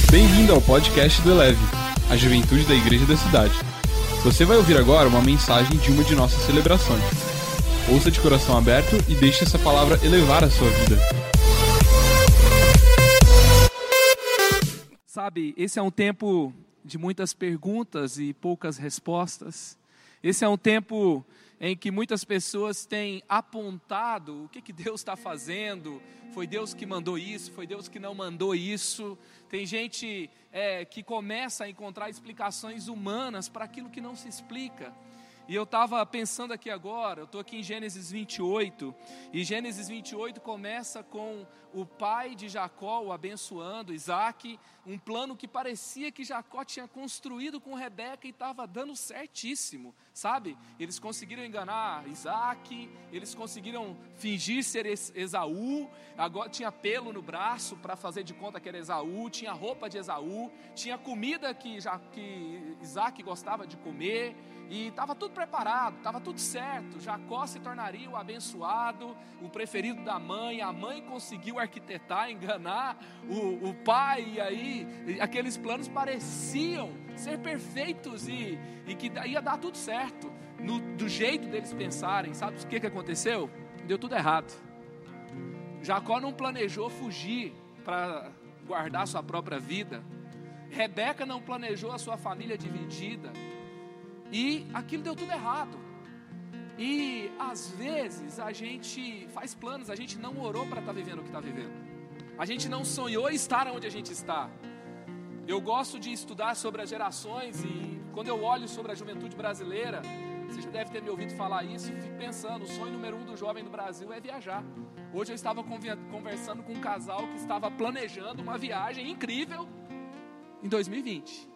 Bem-vindo ao podcast do Eleve, a juventude da igreja da cidade. Você vai ouvir agora uma mensagem de uma de nossas celebrações. Ouça de coração aberto e deixe essa palavra elevar a sua vida. Sabe, esse é um tempo de muitas perguntas e poucas respostas. Esse é um tempo em que muitas pessoas têm apontado o que Deus está fazendo. Foi Deus que mandou isso, foi Deus que não mandou isso. Tem gente que começa a encontrar explicações humanas para aquilo que não se explica. E eu estava pensando aqui agora, eu estou aqui em Gênesis 28, e Gênesis 28 começa com o pai de Jacó o abençoando, Isaac, um plano que parecia que Jacó tinha construído com Rebeca e estava dando certíssimo, sabe? Eles conseguiram enganar Isaac, eles conseguiram fingir ser Esaú, agora tinha pelo no braço para fazer de conta que era Esaú, tinha roupa de Esaú, tinha comida que Isaac gostava de comer, e estava tudo preparado, estava tudo certo. Jacó se tornaria o abençoado, o preferido da mãe. A mãe conseguiu arquitetar, enganar o pai. E aí aqueles planos pareciam ser perfeitos e que ia dar tudo certo do jeito deles pensarem. Sabe o que aconteceu? Deu tudo errado. Jacó não planejou fugir para guardar sua própria vida. Rebeca não planejou a sua família dividida. E aquilo deu tudo errado. E às vezes a gente faz planos, a gente não orou para estar vivendo o que está vivendo. A gente não sonhou estar onde a gente está. Eu gosto de estudar sobre as gerações e quando eu olho sobre a juventude brasileira, você já deve ter me ouvido falar isso, e fico pensando, o sonho número 1 do jovem do Brasil é viajar. Hoje eu estava conversando com um casal que estava planejando uma viagem incrível em 2020.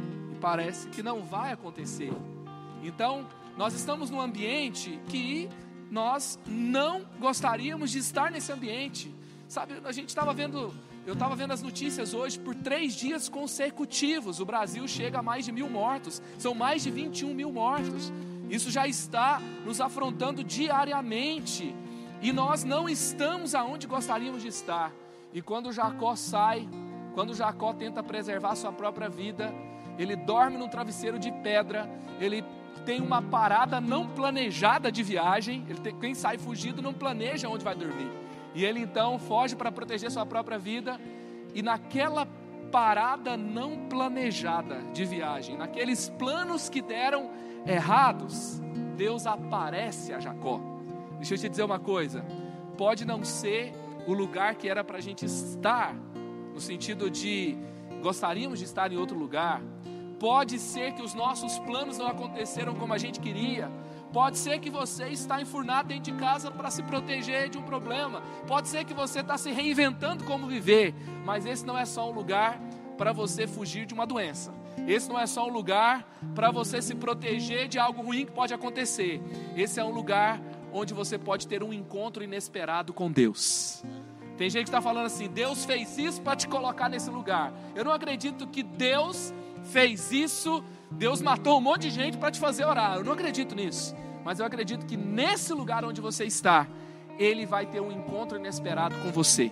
Parece que não vai acontecer. Então, nós estamos num ambiente que nós não gostaríamos de estar nesse ambiente. Sabe, a gente estava vendo, eu estava vendo as notícias hoje, por 3 dias consecutivos, o Brasil chega a mais de 1.000 mortos. São mais de 21 mil mortos. Isso já está nos afrontando diariamente. E nós não estamos aonde gostaríamos de estar. E quando Jacó sai, quando Jacó tenta preservar sua própria vida, ele dorme num travesseiro de pedra, ele tem uma parada não planejada de viagem, quem sai fugido não planeja onde vai dormir. E ele então foge para proteger sua própria vida, e naquela parada não planejada de viagem, naqueles planos que deram errados, Deus aparece a Jacó. Deixa eu te dizer uma coisa, pode não ser o lugar que era para a gente estar, no sentido de gostaríamos de estar em outro lugar. Pode ser que os nossos planos não aconteceram como a gente queria. Pode ser que você está enfurnado dentro de casa para se proteger de um problema. Pode ser que você está se reinventando como viver. Mas esse não é só um lugar para você fugir de uma doença. Esse não é só um lugar para você se proteger de algo ruim que pode acontecer. Esse é um lugar onde você pode ter um encontro inesperado com Deus. Tem gente que está falando assim, Deus fez isso para te colocar nesse lugar. Eu não acredito que Deus fez isso, Deus matou um monte de gente para te fazer orar. Eu não acredito nisso. Mas eu acredito que nesse lugar onde você está, Ele vai ter um encontro inesperado com você.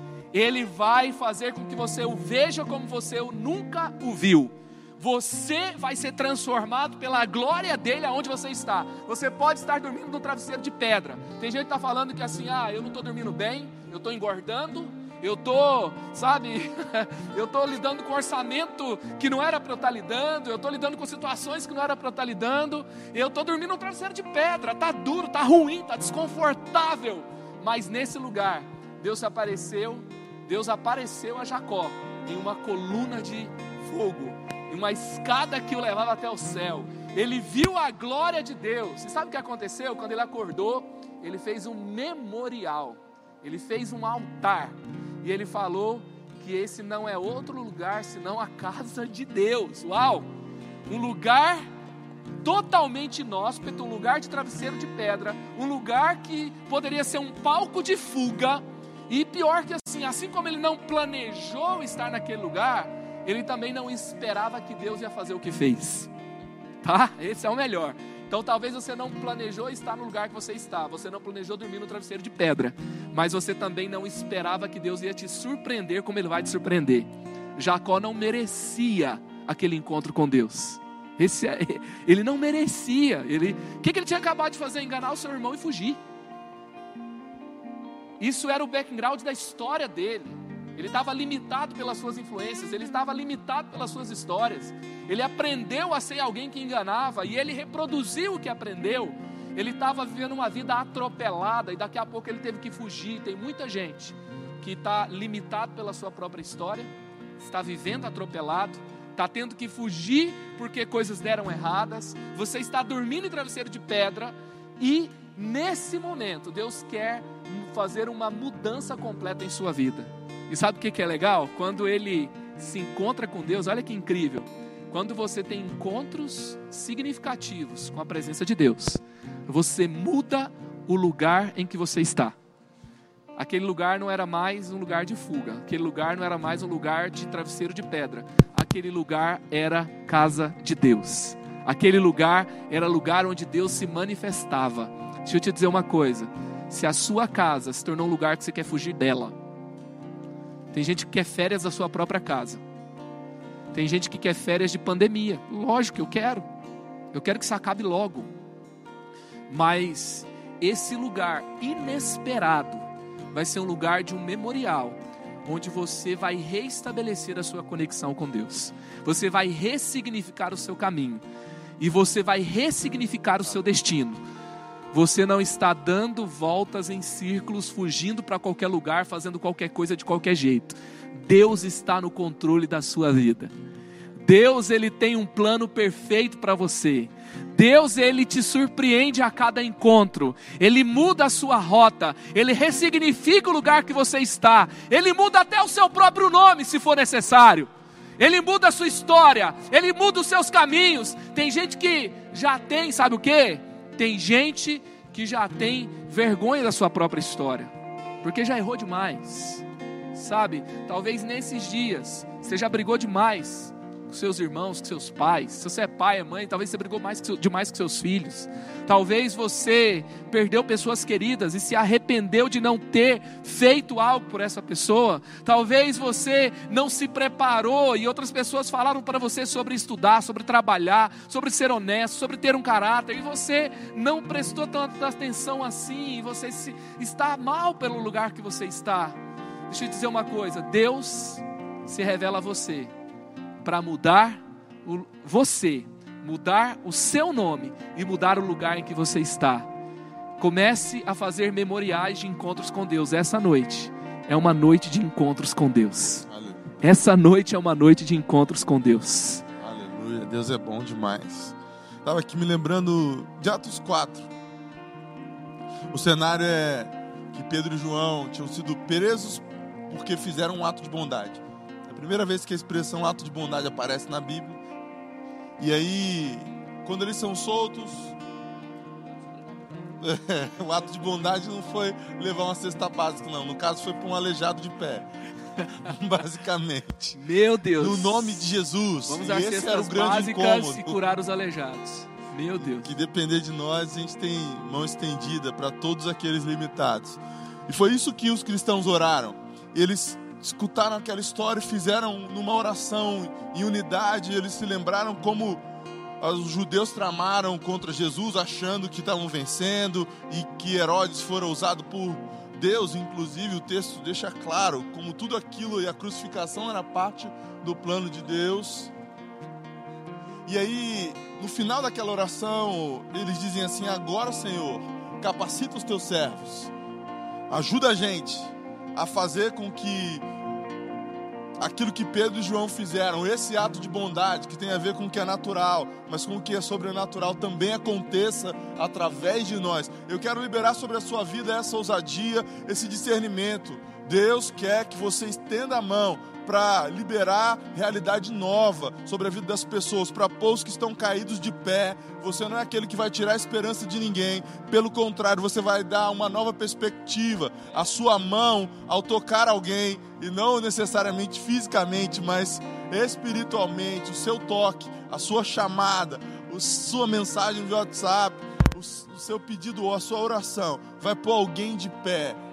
Ele vai fazer com que você o veja como você nunca o viu. Você vai ser transformado pela glória dele aonde você está. Você pode estar dormindo num travesseiro de pedra. Tem gente que está falando que assim, eu não estou dormindo bem, eu estou engordando, eu estou, eu estou lidando com orçamento que não era para eu estar lidando, eu estou lidando com situações que não era para eu estar lidando, eu estou dormindo num travesseiro de pedra, está duro, está ruim, está desconfortável. Mas nesse lugar, Deus apareceu a Jacó em uma coluna de fogo, em uma escada que o levava até o céu. Ele viu a glória de Deus. E sabe o que aconteceu? Quando ele acordou, ele fez um memorial, ele fez um altar. E ele falou que esse não é outro lugar senão a casa de Deus. Uau! Um lugar totalmente inóspito, um lugar de travesseiro de pedra, um lugar que poderia ser um palco de fuga. E pior que assim como ele não planejou estar naquele lugar, ele também não esperava que Deus ia fazer o que fez. Tá? Esse é o melhor. Então talvez você não planejou estar no lugar que você está, você não planejou dormir no travesseiro de pedra, mas você também não esperava que Deus ia te surpreender como Ele vai te surpreender. Jacó não merecia aquele encontro com Deus. Ele não merecia. O que ele tinha acabado de fazer? Enganar o seu irmão e fugir. Isso era o background da história dele. Ele estava limitado pelas suas influências, ele estava limitado pelas suas histórias. Ele aprendeu a ser alguém que enganava e ele reproduziu o que aprendeu. Ele estava vivendo uma vida atropelada e daqui a pouco ele teve que fugir. Tem muita gente que está limitado pela sua própria história, está vivendo atropelado, está tendo que fugir porque coisas deram erradas. Você está dormindo em travesseiro de pedra e nesse momento Deus quer fazer uma mudança completa em sua vida. E sabe o que é legal? Quando ele se encontra com Deus, olha que incrível. Quando você tem encontros significativos com a presença de Deus, você muda o lugar em que você está. Aquele lugar não era mais um lugar de fuga. Aquele lugar não era mais um lugar de travesseiro de pedra. Aquele lugar era casa de Deus. Aquele lugar era lugar onde Deus se manifestava. Deixa eu te dizer uma coisa. Se a sua casa se tornou um lugar que você quer fugir dela, tem gente que quer férias da sua própria casa. Tem gente que quer férias de pandemia. Lógico que eu quero. Eu quero que isso acabe logo. Mas esse lugar inesperado vai ser um lugar de um memorial, onde você vai reestabelecer a sua conexão com Deus. Você vai ressignificar o seu caminho. E você vai ressignificar o seu destino. Você não está dando voltas em círculos, fugindo para qualquer lugar, fazendo qualquer coisa de qualquer jeito. Deus está no controle da sua vida. Deus, Ele tem um plano perfeito para você. Deus, Ele te surpreende a cada encontro. Ele muda a sua rota. Ele ressignifica o lugar que você está. Ele muda até o seu próprio nome, se for necessário. Ele muda a sua história. Ele muda os seus caminhos. Tem gente que já tem, sabe o quê? Tem gente que já tem vergonha da sua própria história, porque já errou demais, sabe? Talvez nesses dias você já brigou demais com seus irmãos, com seus pais. Se você é pai, é mãe, talvez você brigou demais com seus filhos. Talvez você perdeu pessoas queridas e se arrependeu de não ter feito algo por essa pessoa. Talvez você não se preparou e outras pessoas falaram para você sobre estudar, sobre trabalhar, sobre ser honesto, sobre ter um caráter, e você não prestou tanta atenção assim, e você está mal pelo lugar que você está. Deixa eu te dizer uma coisa: Deus se revela a você para mudar mudar o seu nome e mudar o lugar em que você está. Comece a fazer memoriais de encontros com Deus. Essa noite é uma noite de encontros com Deus. Aleluia. Essa noite é uma noite de encontros com Deus. Aleluia, Deus é bom demais. Estava aqui me lembrando de Atos 4. O cenário é que Pedro e João tinham sido presos porque fizeram um ato de bondade. É a primeira vez que a expressão ato de bondade aparece na Bíblia. E aí, quando eles são soltos, o ato de bondade não foi levar uma cesta básica, não. No caso, foi para um aleijado de pé. Basicamente. Meu Deus. No nome de Jesus. Vamos dar cestas básicas e curar os aleijados. Meu Deus. Que depender de nós, a gente tem mão estendida para todos aqueles limitados. E foi isso que os cristãos oraram. Eles escutaram aquela história e fizeram numa oração em unidade. Eles se lembraram como os judeus tramaram contra Jesus, achando que estavam vencendo e que Herodes fora usado por Deus. Inclusive o texto deixa claro como tudo aquilo e a crucificação era parte do plano de Deus. E aí, no final daquela oração, eles dizem assim: agora, Senhor, capacita os teus servos, ajuda a gente a fazer com que aquilo que Pedro e João fizeram, esse ato de bondade que tem a ver com o que é natural, mas com o que é sobrenatural, também aconteça através de nós. Eu quero liberar sobre a sua vida essa ousadia, esse discernimento. Deus quer que você estenda a mão para liberar realidade nova sobre a vida das pessoas, para pôr os que estão caídos de pé. Você não é aquele que vai tirar a esperança de ninguém, pelo contrário, você vai dar uma nova perspectiva. A sua mão, ao tocar alguém, e não necessariamente fisicamente, mas espiritualmente, o seu toque, a sua chamada, a sua mensagem de WhatsApp, o seu pedido ou a sua oração, vai pôr alguém de pé.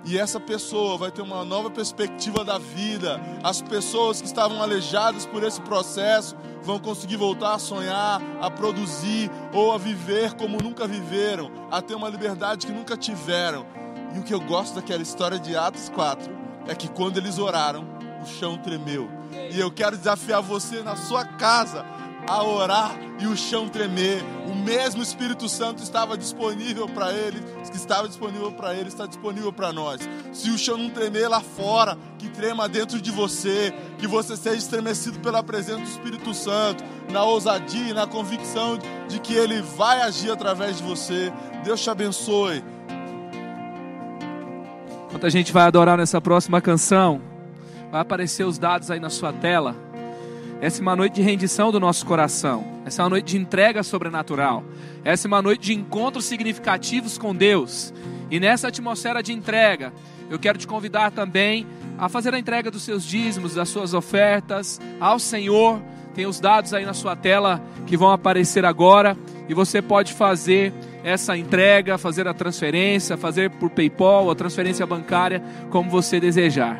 E essa pessoa vai ter uma nova perspectiva da vida. As pessoas que estavam aleijadas por esse processo vão conseguir voltar a sonhar, a produzir ou a viver como nunca viveram, a ter uma liberdade que nunca tiveram. E o que eu gosto daquela história de Atos 4 é que quando eles oraram, o chão tremeu. E eu quero desafiar você na sua casa a orar e o chão tremer. O mesmo Espírito Santo estava disponível para eles, que estava disponível para eles, está disponível para nós. Se o chão não tremer lá fora, que trema dentro de você, que você seja estremecido pela presença do Espírito Santo, na ousadia e na convicção de que Ele vai agir através de você. Deus te abençoe. Enquanto a gente vai adorar nessa próxima canção, vai aparecer os dados aí na sua tela. Essa é uma noite de rendição do nosso coração. Essa é uma noite de entrega sobrenatural. Essa é uma noite de encontros significativos com Deus. E nessa atmosfera de entrega, eu quero te convidar também a fazer a entrega dos seus dízimos, das suas ofertas ao Senhor. Tem os dados aí na sua tela que vão aparecer agora. E você pode fazer essa entrega, fazer a transferência, fazer por PayPal, a transferência bancária, como você desejar.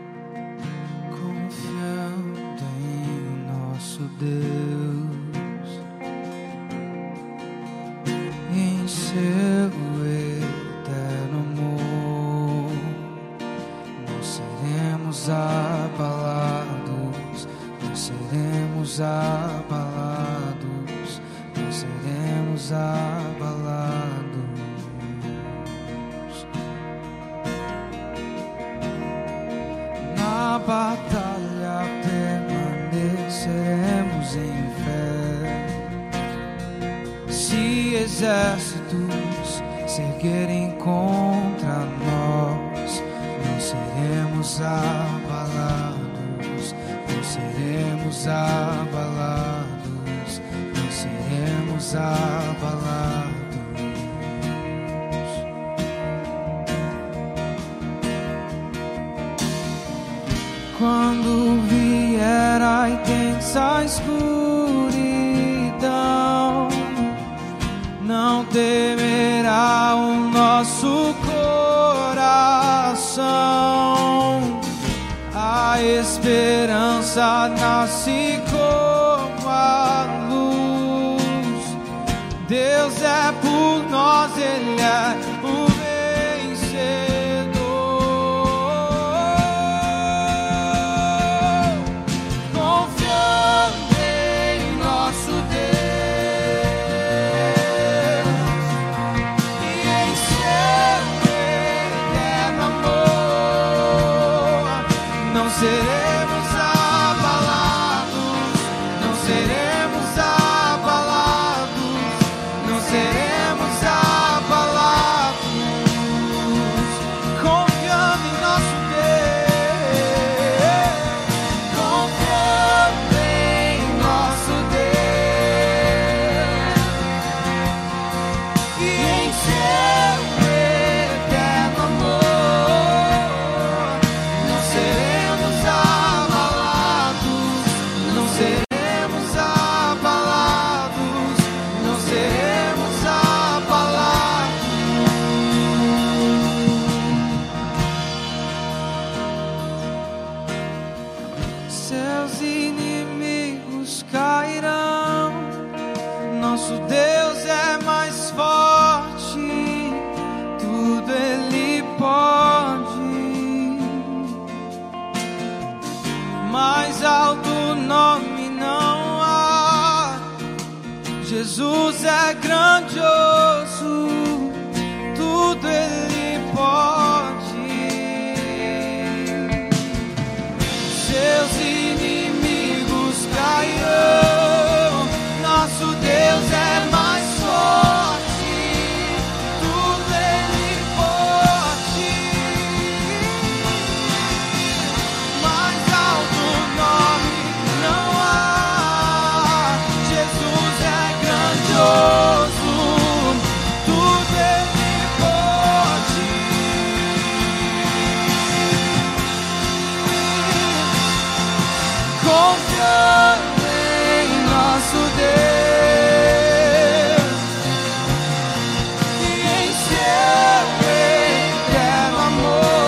Deus, em seu eterno amor, não seremos abalados, não seremos abalados, não seremos abalados. Na batalha permaneceremos em fé. Se exércitos se erguerem contra nós, não seremos abalados, não seremos abalados, não seremos abalados. Quando vier a intensa escuridão, não temerá o nosso coração. A esperança nasce como a luz. Deus é por nós, Ele é o Jesus é grandioso, tudo Ele pode. Seus inimigos cairão, nosso Deus é mais forte, tudo Ele pode. Mais alto nome não há, Jesus é grandioso, tudo Ele pode. Confiando em nosso Deus e em seu eterno amor.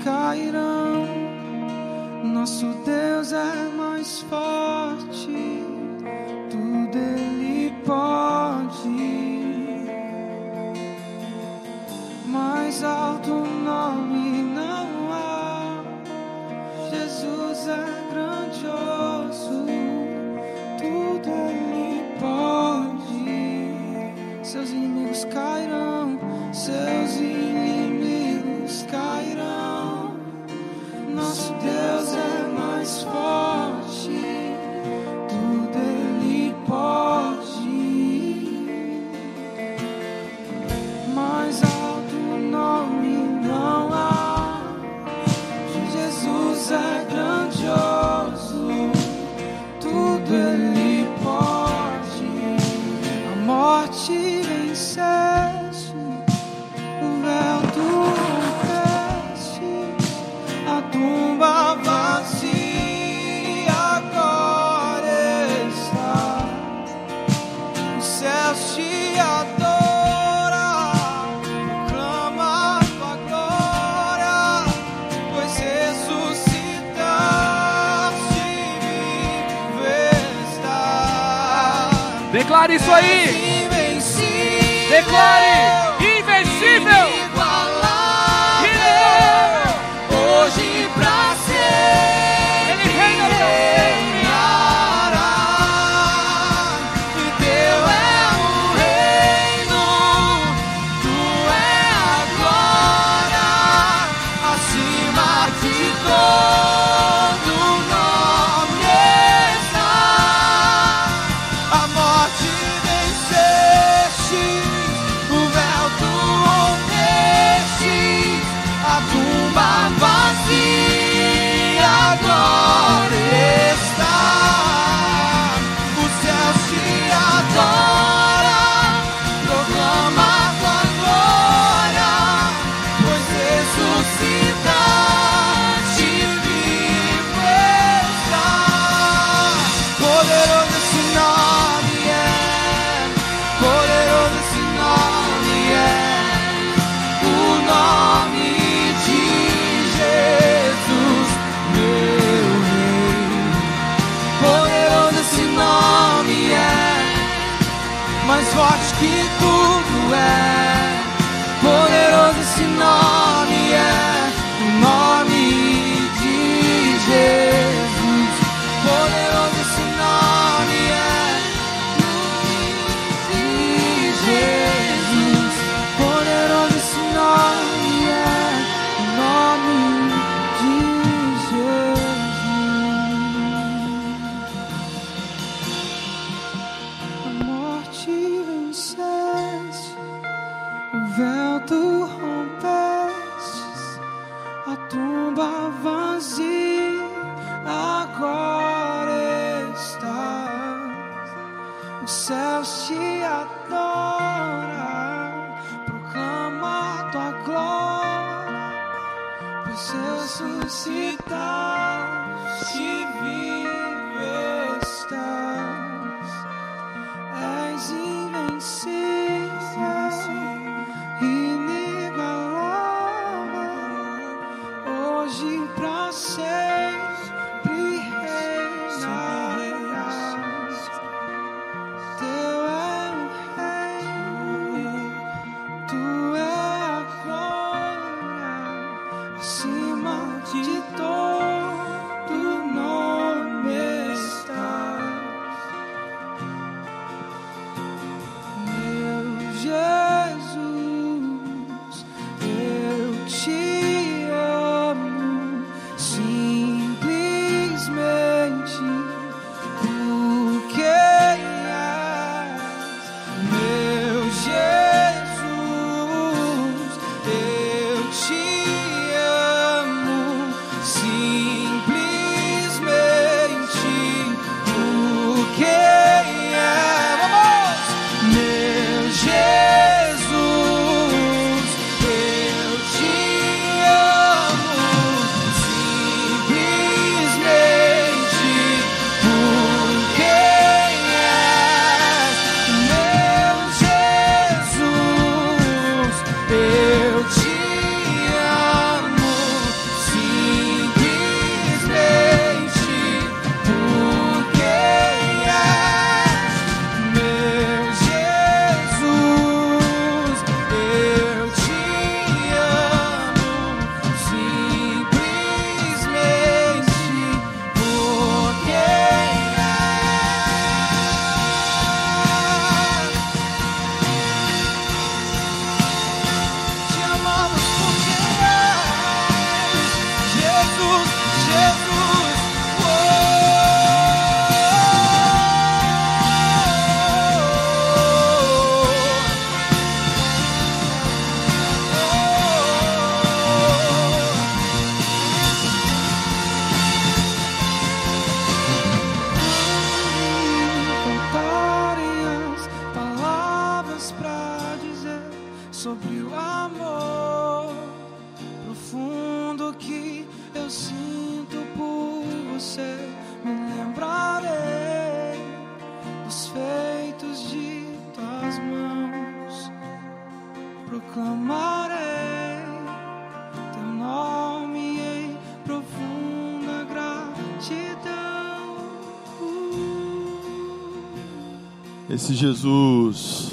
cairão. Nosso Deus é mais forte, tudo Ele pode. Mais alto nome não há. Jesus é grandioso, tudo Ele pode. Seus inimigos cairão, seus inimigos cairão. Nosso Deus é mais forte, tudo Ele pode. Mais alto nome não há. Jesus é grandioso, tudo Ele pode. A morte venceste, o véu tu rompeste, a tumba vazia agora está. Os céus te adoram, proclama a tua glória, pois ressuscitaste vivo estás. Declare isso aí. Invencível, Declare. Invencível. inigualável, hoje pra sempre Ele reina pra sempre. reinará. E teu é o reino, tu é a glória, acima de todo nome está. A morte venceste, o véu tu rompeste, a tumba vazia agora está. Os céus te adoram, proclama a tua glória, pois ressuscitaste vivo estás. Poderoso esse nome é, poderoso esse nome é, o nome de Jesus, meu Rei. Poderoso esse nome é, mais forte que tudo é. Poderoso esse nome é, o nome de Jesus. Poderoso esse nome é, o nome de Jesus. Poderoso esse nome é, o nome de Jesus. A morte venceste, o véu tu rompestes, a tumba vazia agora estás. Os céus te adoram, proclama a tua glória, pois ressuscitaste vivo estás. És invencível, inigualável, hoje pra sempre reinarás. Teu é o reino, tu é a glória, acima de todo nome estás. Meu Jesus, eu te amo, simplesmente por quem és. Meu Jesus, eu te amo, simplesmente Esse Jesus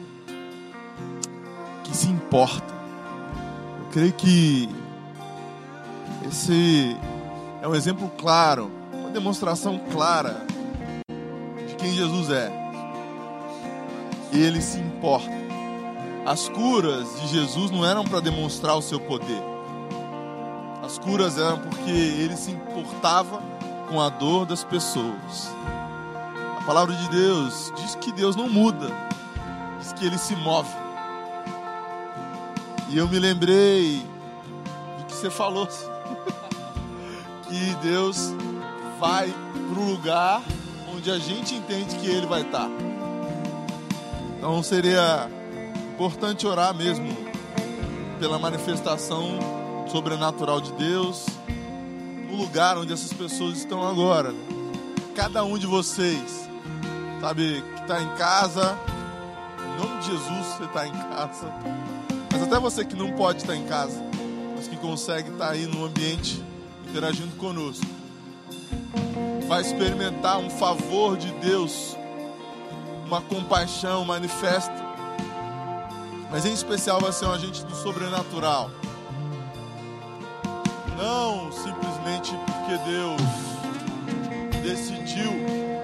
que se importa. Eu creio que esse é um exemplo claro, uma demonstração clara de quem Jesus é. Ele se importa. As curas de Jesus não eram para demonstrar o seu poder. As curas eram porque ele se importava com a dor das pessoas. A palavra de Deus diz que Deus não muda, diz que ele se move. E eu me lembrei do que você falou, que Deus vai para o lugar onde a gente entende que ele vai estar. Então seria importante orar mesmo pela manifestação sobrenatural de Deus no lugar onde essas pessoas estão agora, né? Cada um de vocês, sabe, que está em casa, em nome de Jesus você está em casa, mas até você que não pode estar em casa, mas que consegue estar aí no ambiente interagindo conosco, vai experimentar um favor de Deus, uma compaixão manifesta, mas em especial vai ser um agente do sobrenatural. Não simplesmente porque Deus decidiu,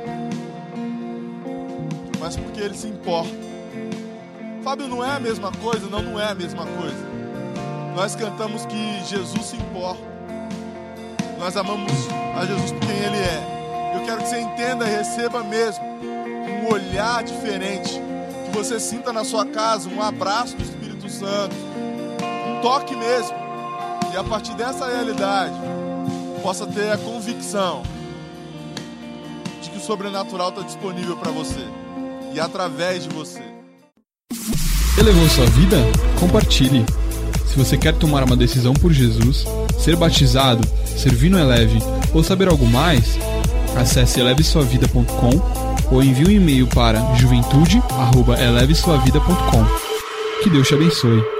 mas porque Ele se importa. Fábio, não é a mesma coisa? Não é a mesma coisa. Nós cantamos que Jesus se importa. Nós amamos a Jesus por quem Ele é. Eu quero que você entenda e receba mesmo um olhar diferente, que você sinta na sua casa um abraço do Espírito Santo, um toque mesmo, e a partir dessa realidade possa ter a convicção de que o sobrenatural está disponível para você e através de você. Elevou sua vida? Compartilhe. Se você quer tomar uma decisão por Jesus, ser batizado, servir no Eleve ou saber algo mais, acesse elevesuavida.com ou envie um e-mail para juventude@elevesuavida.com. Que Deus te abençoe.